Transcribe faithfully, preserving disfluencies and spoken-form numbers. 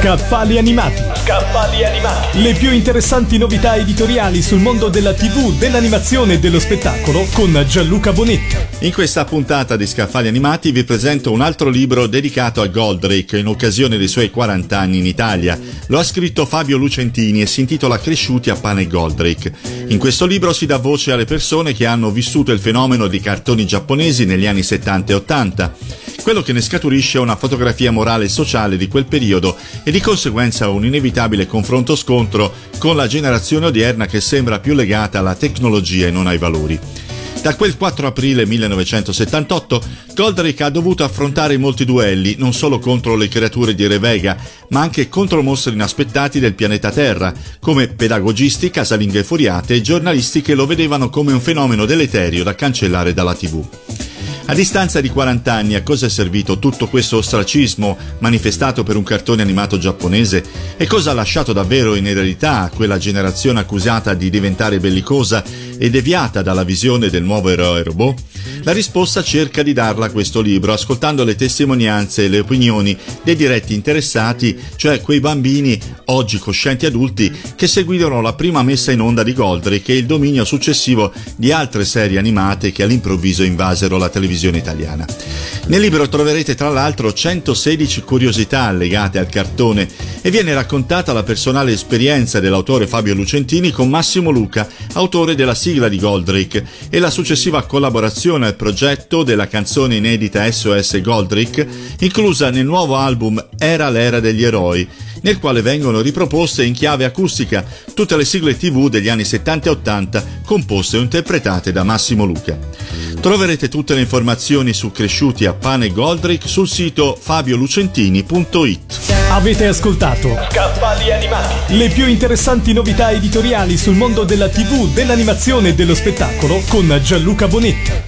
Scaffali animati. Scaffali animati. Le più interessanti novità editoriali sul mondo della tivù, dell'animazione e dello spettacolo con Gianluca Bonetti. In questa puntata di Scaffali animati vi presento un altro libro dedicato a Goldrake in occasione dei suoi quaranta anni in Italia. Lo ha scritto Fabio Lucentini e si intitola Cresciuti a pane Goldrake. In questo libro si dà voce alle persone che hanno vissuto il fenomeno di cartoni giapponesi negli anni settanta e ottanta. Quello che ne scaturisce è una fotografia morale e sociale di quel periodo e di conseguenza un inevitabile confronto-scontro con la generazione odierna che sembra più legata alla tecnologia e non ai valori. Da quel quattro aprile millenovecentosettantotto, Goldrake ha dovuto affrontare molti duelli, non solo contro le creature di Re Vega, ma anche contro mostri inaspettati del pianeta Terra, come pedagogisti, casalinghe furiate e giornalisti che lo vedevano come un fenomeno deleterio da cancellare dalla tivù. A distanza di quaranta anni, a cosa è servito tutto questo ostracismo manifestato per un cartone animato giapponese e cosa ha lasciato davvero in eredità a quella generazione accusata di diventare bellicosa e deviata dalla visione del nuovo eroe robot? La risposta cerca di darla questo libro, ascoltando le testimonianze e le opinioni dei diretti interessati, cioè quei bambini, oggi coscienti adulti, che seguirono la prima messa in onda di Goldrake e il dominio successivo di altre serie animate che all'improvviso invasero la televisione italiana. Nel libro troverete tra l'altro centosedici curiosità legate al cartone e viene raccontata la personale esperienza dell'autore Fabio Lucentini con Massimo Luca, autore della sigla di Goldrake, e la successiva collaborazione al progetto della canzone inedita S O S Goldrake, inclusa nel nuovo album Era l'era degli eroi, nel quale vengono riproposte in chiave acustica tutte le sigle tivù degli anni settanta e ottanta composte o interpretate da Massimo Luca. Troverete tutte le informazioni su Cresciuti a pane Goldrake sul sito fabio lucentini punto it. Avete ascoltato Scaffali animati. le più interessanti novità editoriali sul mondo della tivù, dell'animazione e dello spettacolo con Gianluca Bonetti.